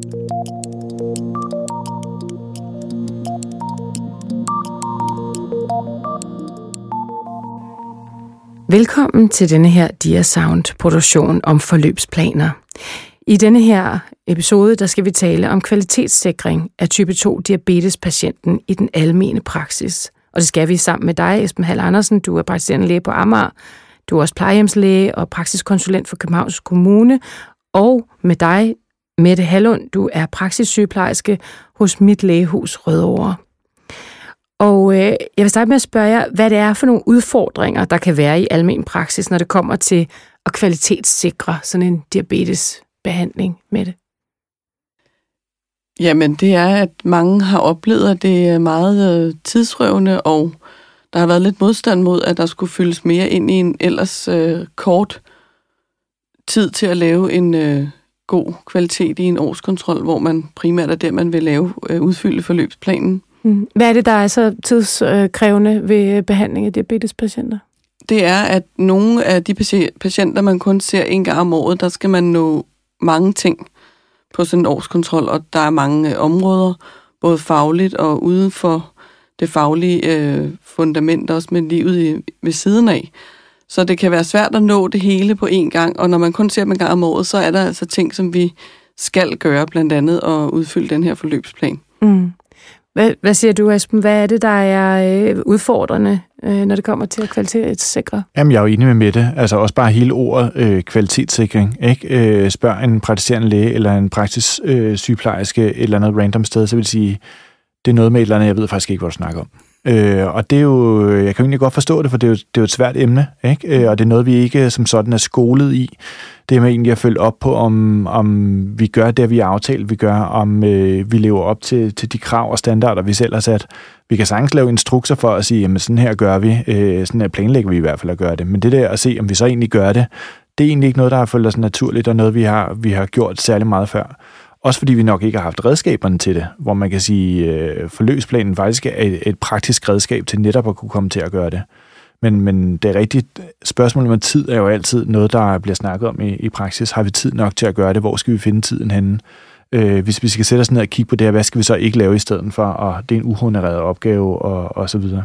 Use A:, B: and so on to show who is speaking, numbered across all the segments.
A: Velkommen til denne her Diasound-produktion om forløbsplaner. I denne her episode, der skal vi tale om kvalitetssikring af type 2 diabetespatienten i den almene praksis. Og det skal vi sammen med dig, Esben Hall Andersen. Du er praktiserende læge på Amager. Du er også plejehjemslæge og praksiskonsulent for Københavns Kommune. Og med dig, Mette Hallund, du er praksissygeplejerske hos Mit Lægehus Rødovre. Og jeg vil starte med at spørge jer, hvad det er for nogle udfordringer, der kan være i almen praksis, når det kommer til at kvalitetssikre sådan en diabetesbehandling med det.
B: Jamen, det er, at mange har oplevet, at det er meget tidsrøvende, og der har været lidt modstand mod, at der skulle fyldes mere ind i en ellers kort tid til at lave en god kvalitet i en årskontrol, hvor man primært er der, man vil udfylde forløbsplanen.
A: Hvad er det, der er så tidskrævende ved behandling af diabetespatienter?
B: Det er, at nogle af de patienter, man kun ser en gang om året, der skal man nå mange ting på sådan en årskontrol, og der er mange områder, både fagligt og uden for det faglige fundament, også med livet ved siden af. Så det kan være svært at nå det hele på én gang, og når man kun ser dem en gang om året, så er der altså ting, som vi skal gøre, blandt andet at udfylde den her forløbsplan.
A: Hvad siger du, Esben? Hvad er det, der er udfordrende, når det kommer til at kvalitetssikre?
C: Jamen, jeg er jo enig med Mette. Altså også bare hele ordet kvalitetssikring. Ikke? Spørg en praktiserende læge eller en praksissygeplejerske et eller andet random sted, så vil sige, det er noget med et eller andet, jeg ved faktisk ikke, hvad du snakker om. Og det er jo, jeg kan jo egentlig godt forstå det, for det er jo et svært emne, ikke? Og det er noget, vi ikke som sådan er skolet i. Det er med egentlig at følge op på, om vi gør det, vi har aftalt, vi gør, om vi lever op til de krav og standarder, vi selv har sat. Vi kan sagtens lave instrukser for at sige, jamen sådan her gør vi, sådan her planlægger vi i hvert fald at gøre det. Men det der at se, om vi så egentlig gør det, det er egentlig ikke noget, der har følt os naturligt, og noget, vi har gjort særlig meget før. Også fordi vi nok ikke har haft redskaberne til det, hvor man kan sige, forløbsplanen faktisk er et praktisk redskab til netop at kunne komme til at gøre det. Men det er rigtigt. Spørgsmålet om tid er jo altid noget, der bliver snakket om i praksis. Har vi tid nok til at gøre det? Hvor skal vi finde tiden henne? Hvis vi skal sætte os ned og kigge på det her, hvad skal vi så ikke lave i stedet for? Og det er en uhonoreret opgave og så videre.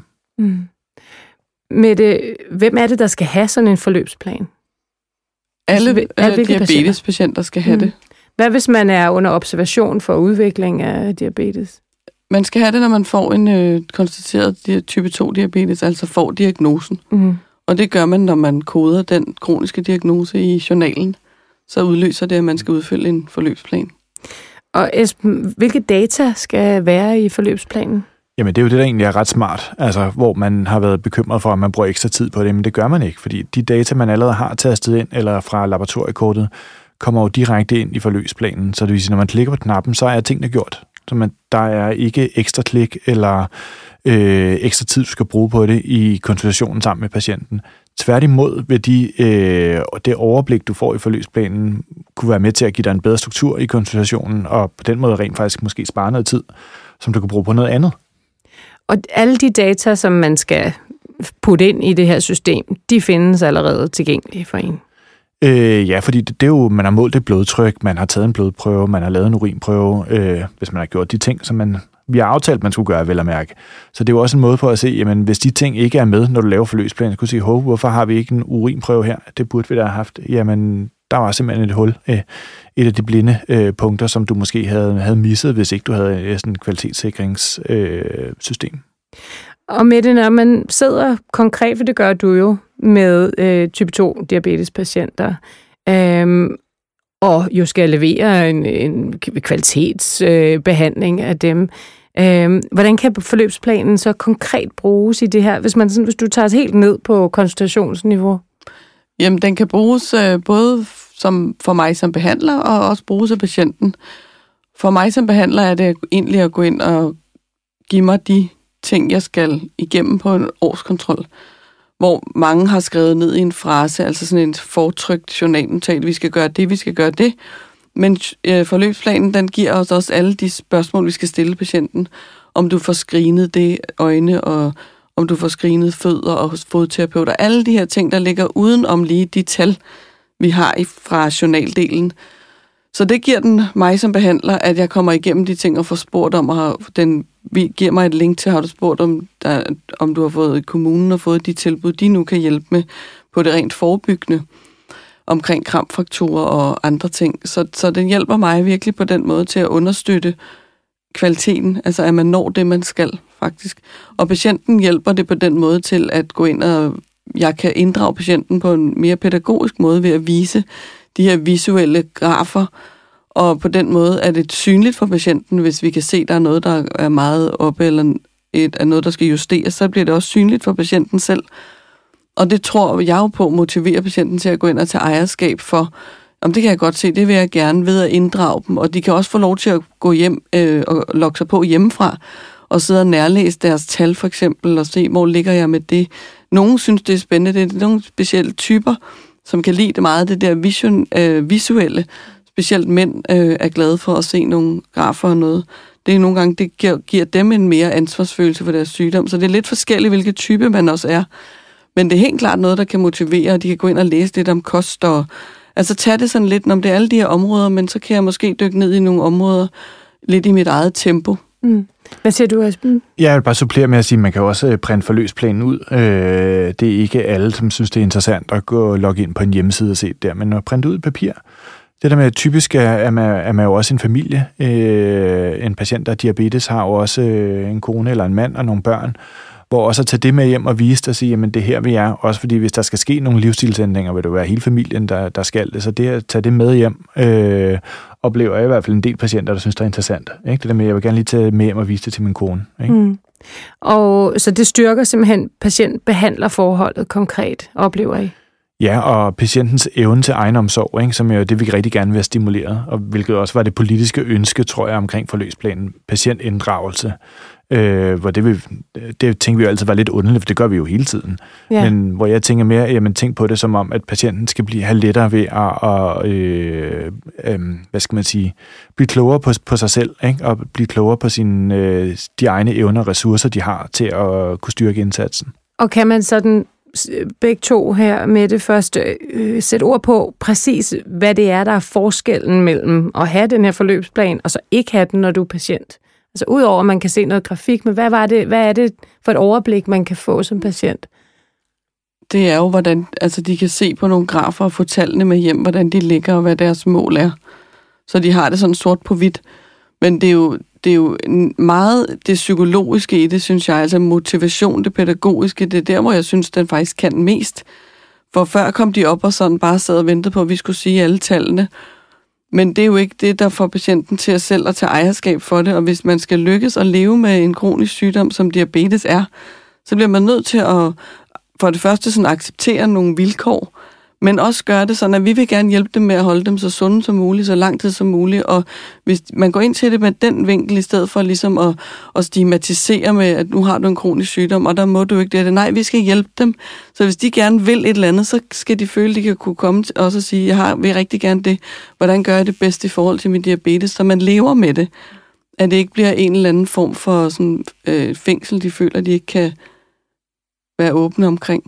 A: Mette, hvem er det, der skal have sådan en forløbsplan?
B: Alle diabetespatienter skal have det.
A: Hvad hvis man er under observation for udvikling af diabetes?
B: Man skal have det, når man får en konstateret type 2 diabetes, altså får diagnosen. Og det gør man, når man koder den kroniske diagnose i journalen. Så udløser det, at man skal udfylde en forløbsplan.
A: Og Esben, hvilke data skal være i forløbsplanen?
C: Jamen, det er jo det, der egentlig er ret smart. Altså, hvor man har været bekymret for, at man bruger ekstra tid på det, men det gør man ikke. Fordi de data, man allerede har tastet ind, eller fra laboratoriekortet, kommer jo direkte ind i forløbsplanen. Så det vil sige, når man klikker på knappen, så er tingene gjort. Så der er ikke ekstra klik eller ekstra tid, du skal bruge på det i konsultationen sammen med patienten. Tværtimod vil det overblik, du får i forløbsplanen, kunne være med til at give dig en bedre struktur i konsultationen, og på den måde rent faktisk måske spare noget tid, som du kan bruge på noget andet.
A: Og alle de data, som man skal putte ind i det her system, de findes allerede tilgængelige for en?
C: Ja, fordi det er jo, man har målt et blodtryk, man har taget en blodprøve, man har lavet en urinprøve, hvis man har gjort de ting, som vi har aftalt, man skulle gøre, vel at mærke. Så det er jo også en måde på at se, jamen hvis de ting ikke er med, når du laver forløbsplanen, så kunne du sige, hvorfor har vi ikke en urinprøve her? Det burde vi da have haft. Jamen, der var simpelthen et hul, et af de blinde punkter, som du måske havde misset, hvis ikke du havde sådan et kvalitetssikringssystem.
A: Og med det, når man sidder konkret, for det gør du jo, med type 2 diabetespatienter, og jo skal levere en kvalitetsbehandling af dem. Hvordan kan forløbsplanen så konkret bruges i det her, hvis du tager os helt ned på konsultationsniveau?
B: Jamen, den kan bruges både for mig som behandler, og også bruges af patienten. For mig som behandler er det egentlig at gå ind og give mig de ting, jeg skal igennem på en årskontrol, hvor mange har skrevet ned i en frase, altså sådan en fortrykt journalnotat, vi skal gøre det. Men forløbsplanen, den giver os også alle de spørgsmål, vi skal stille patienten. Om du får screenet det øjne, og om du får screenet fødder og hos fodterapeuter. Alle de her ting, der ligger uden om lige de tal, vi har fra journaldelen. Så det giver den mig som behandler, at jeg kommer igennem de ting og får spurgt om, og den giver mig et link til, har du spurgt om du har fået i kommunen og fået de tilbud, de nu kan hjælpe med på det rent forebyggende omkring krampfrakturer og andre ting. Så den hjælper mig virkelig på den måde til at understøtte kvaliteten, altså at man når det, man skal faktisk. Og patienten hjælper det på den måde til at gå ind, og jeg kan inddrage patienten på en mere pædagogisk måde ved at vise de her visuelle grafer, og på den måde er det synligt for patienten, hvis vi kan se, at der er noget, der er meget oppe, eller er noget, der skal justeres, så bliver det også synligt for patienten selv. Og det tror jeg jo på motiverer patienten til at gå ind og tage ejerskab for, om det kan jeg godt se, det vil jeg gerne ved at inddrage dem, og de kan også få lov til at gå hjem og logge sig på hjemmefra, og sidde og nærlæse deres tal for eksempel, og se, hvor ligger jeg med det. Nogle synes, det er spændende, det er nogle specielle typer, som kan lide det meget, det der visuelle. Specielt mænd er glade for at se nogle grafer og noget. Det er nogle gange, det giver dem en mere ansvarsfølelse for deres sygdom, så det er lidt forskelligt, hvilke type man også er. Men det er helt klart noget, der kan motivere, og de kan gå ind og læse lidt om kost, og altså tage det sådan lidt, når det er alle de her områder, men så kan jeg måske dykke ned i nogle områder lidt i mit eget tempo.
A: Mm. Hvad siger du, Esben?
C: Jeg vil bare supplere med at sige, at man kan også printe forløbsplanen ud. Det er ikke alle, som synes, det er interessant at gå og logge ind på en hjemmeside og se det der, men at printe ud papir. Det der med, typisk er man jo også en familie. En patient, der har diabetes, har jo også en kone eller en mand og nogle børn, hvor også at tage det med hjem og vise det og sige, jamen det her vi er, også fordi hvis der skal ske nogle livsstilsændringer, vil det være hele familien, der skal det. Så det at tage det med hjem, oplever jeg i hvert fald en del patienter, der synes, det er interessant. Ikke? Det der med, jeg vil gerne lige tage med hjem og vise det til min kone. Ikke?
A: Mm. Og så det styrker simpelthen patient-behandler-forholdet konkret, oplever I?
C: Ja, og patientens evne til egenomsorg, ikke, som er det, vi rigtig gerne vil have stimuleret, og hvilket også var det politiske ønske, tror jeg, omkring forløbsplanen, patientinddragelse. Hvor det tænker vi jo altid var lidt underligt, for det gør vi jo hele tiden. Ja. Men hvor jeg tænker mere, jamen tænk på det som om, at patienten skal have lettere ved at hvad skal man sige, blive klogere på sig selv, ikke? Og blive klogere på de egne evner og ressourcer, de har til at kunne styrke indsatsen.
A: Og kan man sådan begge to her med det første sætte ord på præcis, hvad det er, der er forskellen mellem at have den her forløbsplan, og så ikke have den, når du er patient? Altså udover, at man kan se noget grafik, men hvad er det for et overblik, man kan få som patient?
B: Det er jo, hvordan de kan se på nogle grafer og få tallene med hjem, hvordan de ligger og hvad deres mål er. Så de har det sådan sort på hvidt. Men det er jo meget det psykologiske i det, synes jeg. Altså motivation, det pædagogiske, det er der, hvor jeg synes, den faktisk kan mest. For før kom de op og sådan bare sad og ventede på, at vi skulle sige alle tallene. Men det er jo ikke det, der får patienten til at selv at tage ejerskab for det. Og hvis man skal lykkes at leve med en kronisk sygdom, som diabetes er, så bliver man nødt til at for det første sådan acceptere nogle vilkår, men også gøre det sådan, at vi vil gerne hjælpe dem med at holde dem så sunde som muligt, så lang tid som muligt. Og hvis man går ind til det med den vinkel, i stedet for ligesom at stigmatisere med, at nu har du en kronisk sygdom, og der må du ikke det. Nej, vi skal hjælpe dem. Så hvis de gerne vil et eller andet, så skal de føle, at de kan kunne komme til os og sige, jeg vil rigtig gerne det. Hvordan gør jeg det bedst i forhold til min diabetes? Så man lever med det. At det ikke bliver en eller anden form for sådan, fængsel, de føler, de ikke kan være åbne omkring.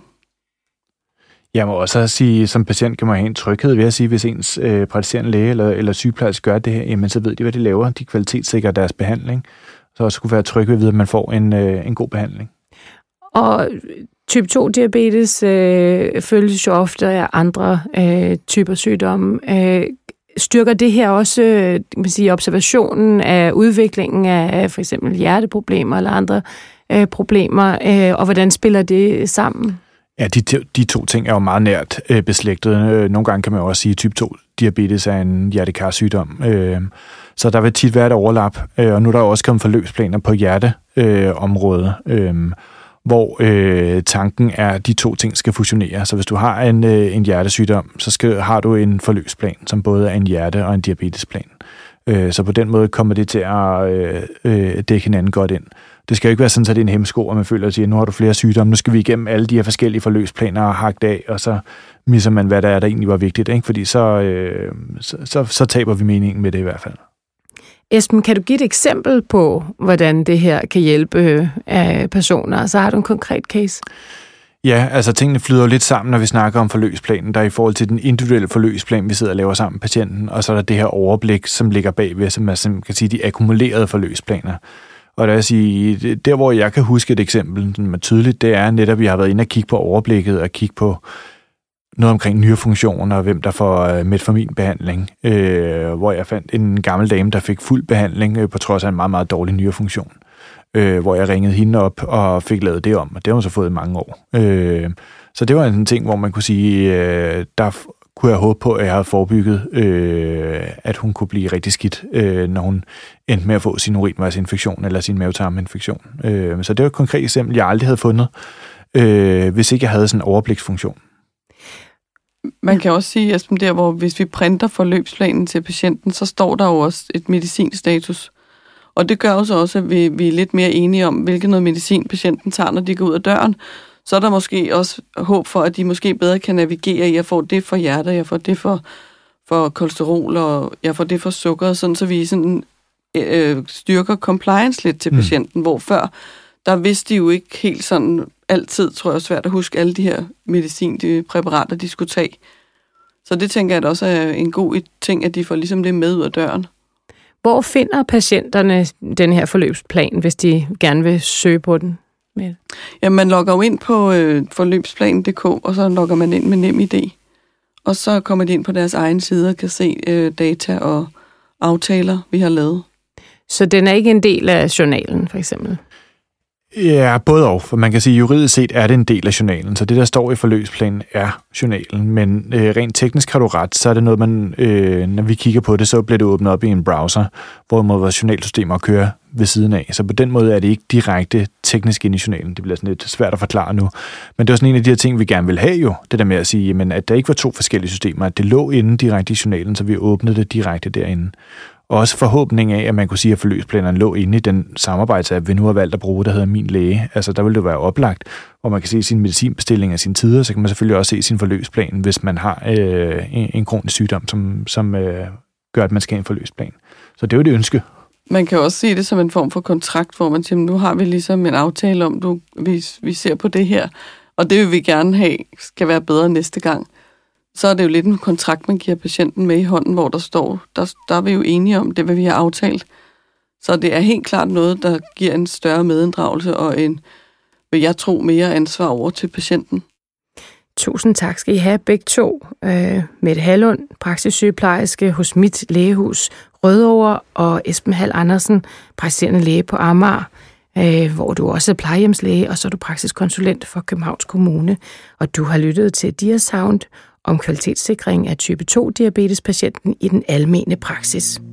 C: Jeg må også sige, som patient kan man have en tryghed ved at sige, hvis ens praktiserende læge eller sygeplejerske gør det her, jamen så ved de, hvad de laver. De kvalitetssikrer deres behandling. Så også kunne være trygge ved, at man får en god behandling. Og
A: type 2-diabetes følges jo ofte af andre typer sygdomme. Styrker det her også observationen af udviklingen af for eksempel hjerteproblemer eller andre problemer, og hvordan spiller det sammen?
C: Ja, de to ting er jo meget nært beslægtede. Nogle gange kan man jo også sige, at type 2-diabetes er en hjertekarsygdom. Så der vil tit være et overlap, og nu er der også kommet forløbsplaner på hjerteområdet, hvor tanken er, at de to ting skal fusionere. Så hvis du har en hjertesygdom, så har du en forløbsplan, som både er en hjerte- og en diabetesplan. Så på den måde kommer det til at dække hinanden godt ind. Det skal jo ikke være sådan, at det er en hæmsko, og man føler sig, at nu har du flere sygdomme, nu skal vi igennem alle de her forskellige forløbsplaner og hakke af, og så misser man, hvad der egentlig var vigtigt, ikke? Fordi så taber vi meningen med det i hvert fald.
A: Esben, kan du give et eksempel på, hvordan det her kan hjælpe personer? Så har du en konkret case?
C: Ja, altså tingene flyder jo lidt sammen, når vi snakker om forløbsplanen. Der er i forhold til den individuelle forløbsplan, vi sidder og laver sammen med patienten, og så er der det her overblik, som ligger bagved, som man kan sige, de akkumulerede forløbsplaner. Og der vil sige, der hvor jeg kan huske et eksempel, som er tydeligt, det er netop, at jeg har været inde og kigge på overblikket og kigge på noget omkring nyrefunktioner og hvem der får metforminbehandling, hvor jeg fandt en gammel dame, der fik fuld behandling på trods af en meget, meget dårlig nyrefunktion. Hvor jeg ringede hende op og fik lavet det om, og det har hun så fået i mange år. Så det var en ting, hvor man kunne sige, der kunne jeg håbe på, at jeg havde forebygget, at hun kunne blive rigtig skidt, når hun endte med at få sin urinvejsinfektion eller sin mavetarminfektion. Så det var et konkret eksempel, jeg aldrig havde fundet, hvis ikke jeg havde sådan en overbliksfunktion.
B: Man kan også sige, at der, hvor hvis vi printer forløbsplanen til patienten, så står der jo også et medicinstatus. Og det gør også, at vi er lidt mere enige om, hvilken noget medicin patienten tager, når de går ud af døren. Så er der måske også håb for, at de måske bedre kan navigere i, jeg får det for hjertet, jeg får det for kolesterol, og jeg får det for sukker, sådan, så vi sådan, styrker compliance lidt til patienten, hvor før, der vidste de jo ikke helt sådan, altid tror jeg svært at huske alle de her de præparater, de skulle tage. Så det tænker jeg at også er en god ting, at de får ligesom det med ud af døren.
A: Hvor finder patienterne den her forløbsplan, hvis de gerne vil søge på den?
B: Ja, man logger jo ind på forløbsplan.dk, og så logger man ind med NemID. Og så kommer de ind på deres egen side og kan se data og aftaler, vi har lavet.
A: Så den er ikke en del af journalen, for eksempel?
C: Ja, både og. For man kan sige, at juridisk set er det en del af journalen, så det, der står i forløbsplanen, er journalen. Men rent teknisk har du ret, så er det noget, man, når vi kigger på det, så bliver det åbnet op i en browser, hvor vores journalsystemer kører ved siden af. Så på den måde er det ikke direkte teknisk ind i journalen. Det bliver sådan lidt svært at forklare nu. Men det var sådan en af de her ting, vi gerne vil have jo. Det der med at sige, jamen, at der ikke var 2 forskellige systemer, at det lå inde direkte i journalen, så vi åbnede det direkte derinde. Og også forhåbning af, at man kunne sige, at forløbsplanerne lå inde i den samarbejdsapp, vi nu har valgt at bruge, der hedder Min Læge. Altså, der vil det være oplagt, hvor man kan se sin medicinbestilling af sine tider, så kan man selvfølgelig også se sin forløbsplan, hvis man har en kronisk sygdom, som gør, at man skal have en forløbsplan. Så det er jo det ønske.
B: Man kan også se det som en form for kontrakt, hvor man siger, nu har vi ligesom en aftale om, vi ser på det her, og det vil vi gerne have, skal være bedre næste gang. Så er det jo lidt en kontrakt, man giver patienten med i hånden, hvor der står, der er vi jo enige om, det hvad vi har aftalt. Så det er helt klart noget, der giver en større medinddragelse og en, vil jeg tro, mere ansvar over til patienten.
A: Tusind tak skal I have begge to. Mette Hallund, praksissygeplejerske hos Mit Lægehus Rødovre, og Esben Hall Andersen, praktiserende læge på Amager, hvor du også er plejehjemslæge, og så er du praksiskonsulent for Københavns Kommune. Og du har lyttet til DiaSound om kvalitetssikring af type 2-diabetespatienten i den almene praksis.